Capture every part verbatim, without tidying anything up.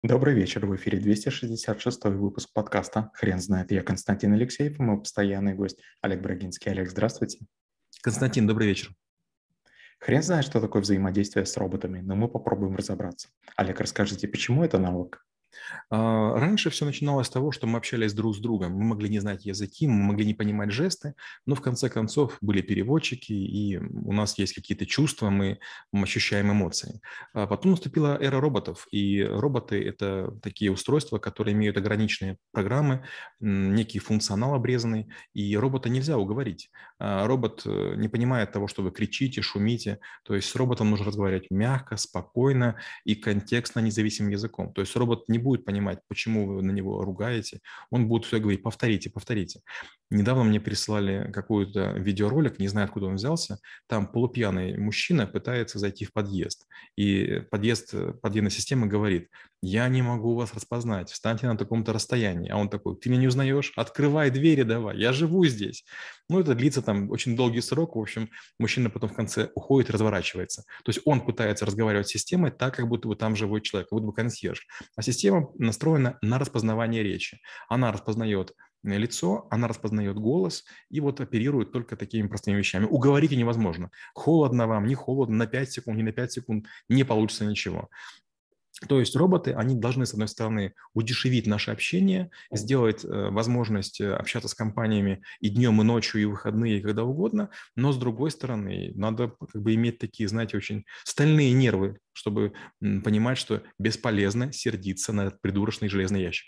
Добрый вечер, в эфире двести шестьдесят шестой выпуск подкаста «Хрен знает». Я Константин Алексеев и мой постоянный гость Олег Брагинский. Олег, здравствуйте. Константин, добрый вечер. Хрен знает, что такое взаимодействие с роботами, но мы попробуем разобраться. Олег, расскажите, почему это навык? А, Раньше все начиналось с того, что мы общались друг с другом. Мы могли не знать языки, мы могли не понимать жесты, но в конце концов были переводчики, и у нас есть какие-то чувства, мы ощущаем эмоции. А потом наступила эра роботов, и роботы– это такие устройства, которые имеют ограниченные программы, некий функционал обрезанный, и робота нельзя уговорить. А Робот э, не понимает того, что вы кричите, шумите, то есть с роботом нужно разговаривать мягко, спокойно и контекстно независимым языком. То есть робот не будет понимать, почему вы на него ругаете, он будет все говорить: повторите, повторите. Недавно мне прислали какой-то видеоролик, не знаю, откуда он взялся, там полупьяный мужчина пытается зайти в подъезд, и подъезд, подъездная система говорит: я не могу вас распознать, встаньте на таком-то расстоянии. А он такой: ты меня не узнаешь? Открывай двери давай, я живу здесь. Ну, это длится там очень долгий срок, в общем, мужчина потом в конце уходит и разворачивается. То есть он пытается разговаривать с системой так, как будто бы там живой человек, как будто бы консьерж. А система настроена на распознавание речи. Она распознает лицо, она распознает голос и вот оперирует только такими простыми вещами. Уговорить невозможно. Холодно вам, не холодно, на пять секунд, не на пять секунд, не получится ничего. То есть роботы, они должны, с одной стороны, удешевить наше общение, сделать э, возможность общаться с компаниями и днем, и ночью, и в выходные, и когда угодно, но с другой стороны, надо как бы иметь такие, знаете, очень стальные нервы, чтобы м, понимать, что бесполезно сердиться на этот придурочный железный ящик.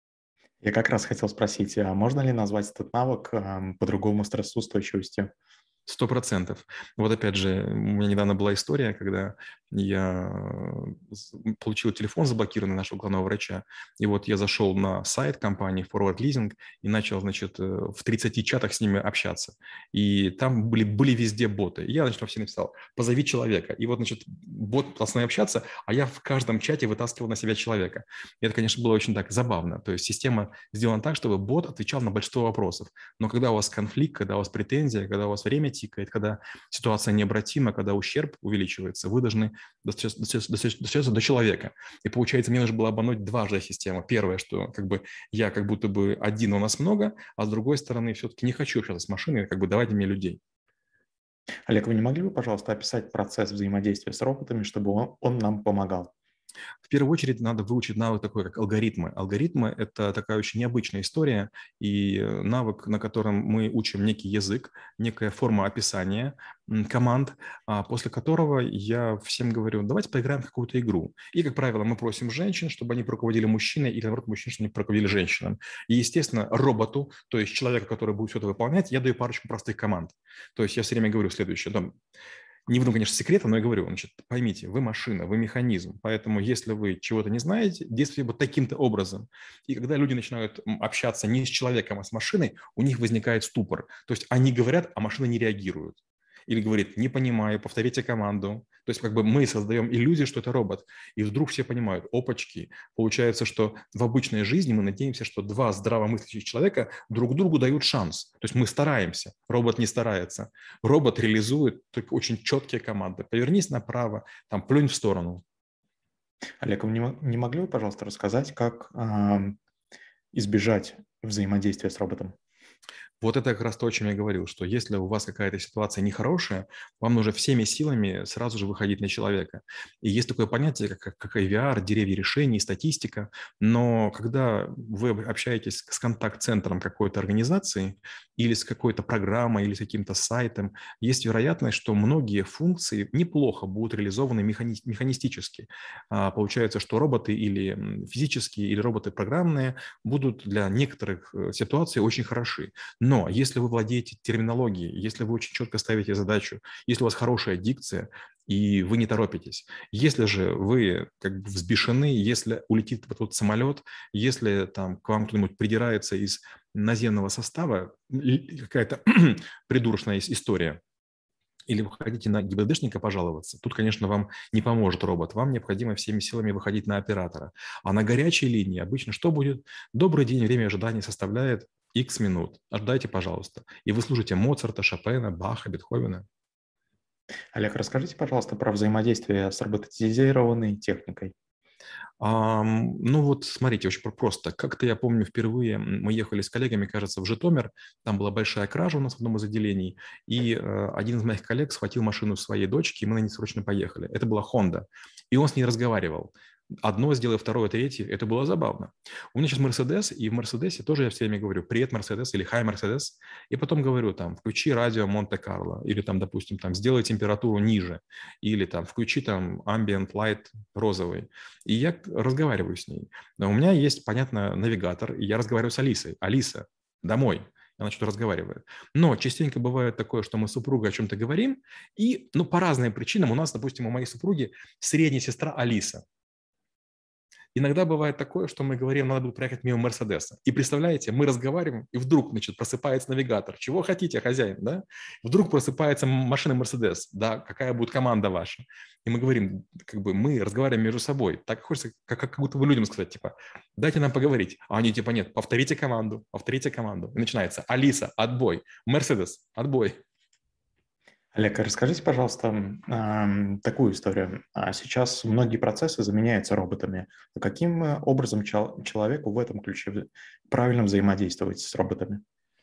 Я как раз хотел спросить, а можно ли назвать этот навык эм, по-другому стрессоустойчивостью? Сто процентов. Вот опять же, у меня недавно была история, когда я получил телефон заблокированный нашего главного врача, и вот я зашел на сайт компании Forward Leasing и начал, значит, в тридцати чатах с ними общаться. И там были, были везде боты. И я, значит, во все написал: позови человека. И вот, значит, бот пытался с нами общаться, а я в каждом чате вытаскивал на себя человека. И это, конечно, было очень так забавно. То есть система сделана так, чтобы бот отвечал на большинство вопросов. Но когда у вас конфликт, когда у вас претензия, когда у вас время тикает, когда ситуация необратима, когда ущерб увеличивается, вы должны достучаться, достучаться, достучаться до человека. И получается, мне нужно было обмануть дважды систему. Первое, что как бы я как будто бы один, у нас много, а с другой стороны, все-таки не хочу общаться с машиной, как бы давайте мне людей. Олег, вы не могли бы, пожалуйста, описать процесс взаимодействия с роботами, чтобы он, он нам помогал? В первую очередь надо выучить навык такой, как алгоритмы. Алгоритмы– это такая очень необычная история, и навык, на котором мы учим некий язык, некая форма описания команд, а после которого я всем говорю: давайте поиграем в какую-то игру. И, как правило, мы просим женщин, чтобы они руководили мужчиной, или, наоборот, мужчин, чтобы они руководили женщинам. И, естественно, роботу, то есть человеку, который будет все это выполнять, я даю парочку простых команд. То есть я все время говорю следующее: там, не выдам, конечно, секрета, но я говорю: значит, поймите, вы машина, вы механизм, поэтому если вы чего-то не знаете, действуйте вот таким-то образом. И когда люди начинают общаться не с человеком, а с машиной, у них возникает ступор. То есть они говорят, а машина не реагирует. Или говорит: не понимаю, повторите команду. То есть как бы мы создаем иллюзию, что это робот. И вдруг все понимают: опачки. Получается, что в обычной жизни мы надеемся, что два здравомыслящих человека друг другу дают шанс. То есть мы стараемся, робот не старается. Робот реализует только очень четкие команды: повернись направо, там, плюнь в сторону. Олег, вы не, мо- не могли бы, пожалуйста, рассказать, как эм, избежать взаимодействия с роботом? Вот это как раз то, о чем я говорил, что если у вас какая-то ситуация нехорошая, вам нужно всеми силами сразу же выходить на человека. И есть такое понятие, как, как ай ви ар, деревья решений, статистика. Но когда вы общаетесь с контакт-центром какой-то организации или с какой-то программой, или с каким-то сайтом, есть вероятность, что многие функции неплохо будут реализованы механи- механистически. А, получается, что роботы или физические, или роботы программные будут для некоторых э, ситуаций очень хороши. Но если вы владеете терминологией, если вы очень четко ставите задачу, если у вас хорошая дикция, и вы не торопитесь. Если же вы как бы взбешены, если улетит вот этот самолет, если там к вам кто-нибудь придирается из наземного состава, какая-то придурочная история, или вы хотите на ГИБДДшника пожаловаться, тут, конечно, вам не поможет робот. Вам необходимо всеми силами выходить на оператора. А на горячей линии обычно что будет? Добрый день, время ожидания составляет X минут. Ожидайте, пожалуйста. И вы слушаете Моцарта, Шопена, Баха, Бетховена. Олег, расскажите, пожалуйста, про взаимодействие с роботизированной техникой. Ам, ну вот, смотрите, очень про- просто. Как-то я помню, впервые мы ехали с коллегами, кажется, в Житомир. Там была большая кража у нас в одном из отделений. И э, один из моих коллег схватил машину своей дочки, и мы на ней срочно поехали. Это была Honda. И он с ней разговаривал. Одно сделай, второе, третье. Это было забавно. У меня сейчас Мерседес, и в Мерседесе тоже я все время говорю «Привет, Мерседес» или «Хай, Мерседес». И потом говорю там «Включи радио Монте-Карло» или там, допустим, там «Сделай температуру ниже» или там «Включи там Ambient Light розовый». И я разговариваю с ней. Но у меня есть, понятно, навигатор, и я разговариваю с Алисой. «Алиса, домой». Она что-то разговаривает. Но частенько бывает такое, что мы с супругой о чем-то говорим, и, ну, по разным причинам у нас, допустим, у моей супруги средняя сестра Алиса. Иногда бывает такое, что мы говорим, надо будет проехать мимо Мерседеса. И представляете, мы разговариваем, и вдруг, значит, просыпается навигатор. Чего хотите, хозяин, да? Вдруг просыпается машина Мерседес. Да, какая будет команда ваша? И мы говорим, как бы мы разговариваем между собой. Так хочется, как, как будто бы людям сказать, типа, дайте нам поговорить. А они типа, нет, повторите команду, повторите команду. И начинается, Алиса, отбой, Мерседес, отбой. Олег, а расскажите, пожалуйста, ам, такую историю. А Сейчас многие процессы заменяются роботами. А Каким э, образом чел- человеку в этом ключе в- правильно взаимодействовать с роботами?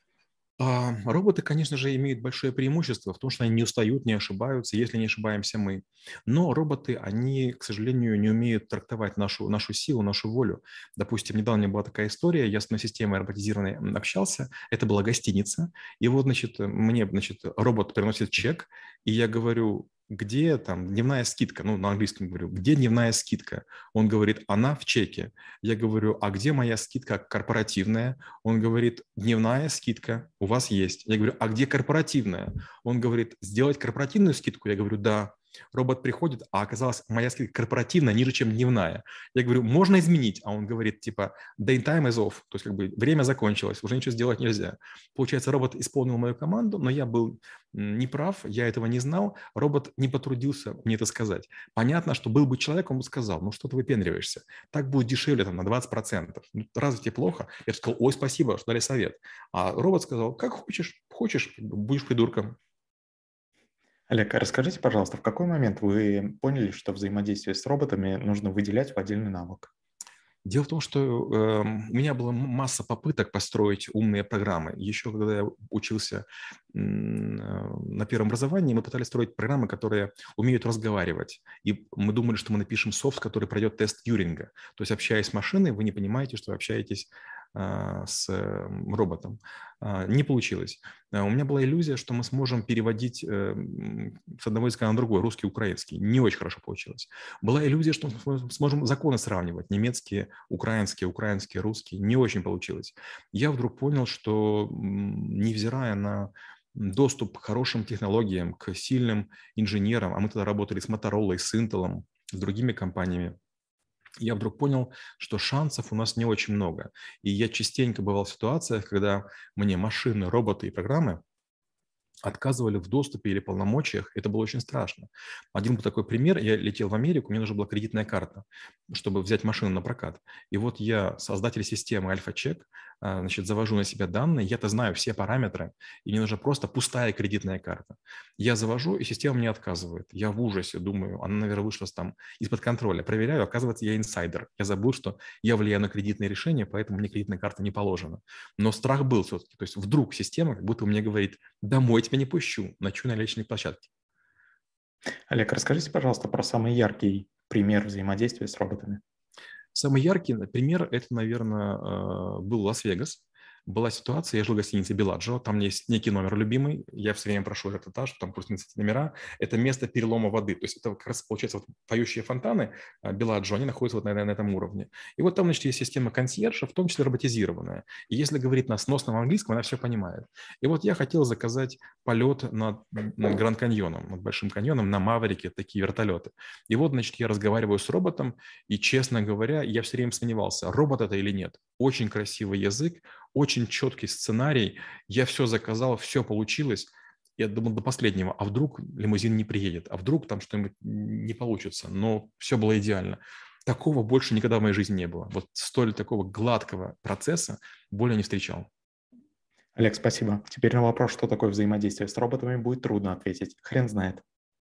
А, Роботы, конечно же, имеют большое преимущество в том, что они не устают, не ошибаются, если не ошибаемся мы. Но роботы, они, к сожалению, не умеют трактовать нашу, нашу силу, нашу волю. Допустим, недавно у меня была такая история, я с одной системой роботизированной м, общался, это была гостиница, и вот, значит, мне, значит, робот приносит чек, и я говорю, где там дневная скидка, ну, на английском говорю, где дневная скидка? Он говорит, она в чеке. Я говорю, а где моя скидка корпоративная? Он говорит, дневная скидка у вас есть. Я говорю, а где корпоративная? Он говорит, сделать корпоративную скидку? Я говорю, да. Робот приходит, а оказалось, моя скидка корпоративная ниже, чем дневная. Я говорю, можно изменить? А он говорит, типа, daytime is off, то есть как бы время закончилось, уже ничего сделать нельзя. Получается, робот исполнил мою команду, но я был неправ, я этого не знал, робот не потрудился мне это сказать. Понятно, что был бы человек, он бы сказал, ну что ты выпендриваешься, так будет дешевле там, на двадцать процентов. Ну, разве тебе плохо? Я сказал, ой, спасибо, что дали совет. А робот сказал, как хочешь, хочешь, будешь придурком. Олег, а расскажите, пожалуйста, в какой момент вы поняли, что взаимодействие с роботами нужно выделять в отдельный навык? Дело в том, что э, у меня была масса попыток построить умные программы. Еще когда я учился м, э, на первом образовании, мы пытались строить программы, которые умеют разговаривать. И мы думали, что мы напишем софт, который пройдет тест Тьюринга. То есть, общаясь с машиной, вы не понимаете, что вы общаетесь э, с э, роботом. Э, не получилось. Э, у меня была иллюзия, что мы сможем переводить э, с одного языка на другой, русский, украинский. Не очень хорошо получилось. Была иллюзия, что мы сможем законы сравнивать, немецкие, украинские, украинские, русские. Не очень получилось. Я вдруг понял, что невзирая на доступ к хорошим технологиям, к сильным инженерам, а мы тогда работали с Motorola, с Intel, с другими компаниями, я вдруг понял, что шансов у нас не очень много. И я частенько бывал в ситуациях, когда мне машины, роботы и программы отказывали в доступе или полномочиях. Это было очень страшно. Один был такой пример. Я летел в Америку, мне нужна была кредитная карта, чтобы взять машину на прокат. И вот я, создатель системы Альфа-Чек, значит, завожу на себя данные, я-то знаю все параметры, и мне нужна просто пустая кредитная карта. Я завожу, и система мне отказывает. Я в ужасе думаю, она, наверное, вышла там из-под контроля. Проверяю, оказывается, я инсайдер. Я забыл, что я влияю на кредитные решения, поэтому мне кредитная карта не положена. Но страх был все-таки. То есть вдруг система как будто мне говорит, домой тебя не пущу, ночую на личной площадке. Олег, расскажите, пожалуйста, про самый яркий пример взаимодействия с роботами. Самый яркий пример – это, наверное, был Лас-Вегас. Была ситуация, я жил в гостинице Беладжио, там есть некий номер любимый, я все время прошу этот этаж, там просто номера, это место перелома воды, то есть это как раз, получается, вот поющие фонтаны Беладжио, они находятся вот на, на этом уровне. И вот там, значит, есть система консьержа, в том числе роботизированная, и если говорить на сносном английском, она все понимает. И вот я хотел заказать полет над, над Гранд Каньоном, над Большим каньоном, на Маврике, такие вертолеты. И вот, значит, я разговариваю с роботом, и, честно говоря, я все время сомневался, робот это или нет. Очень красивый язык, очень четкий сценарий, я все заказал, все получилось. Я думал до последнего, а вдруг лимузин не приедет, а вдруг там что-нибудь не получится. Но все было идеально. Такого больше никогда в моей жизни не было. Вот столь такого гладкого процесса более не встречал. Олег, спасибо. Теперь на вопрос, что такое взаимодействие с роботами, будет трудно ответить. Хрен знает.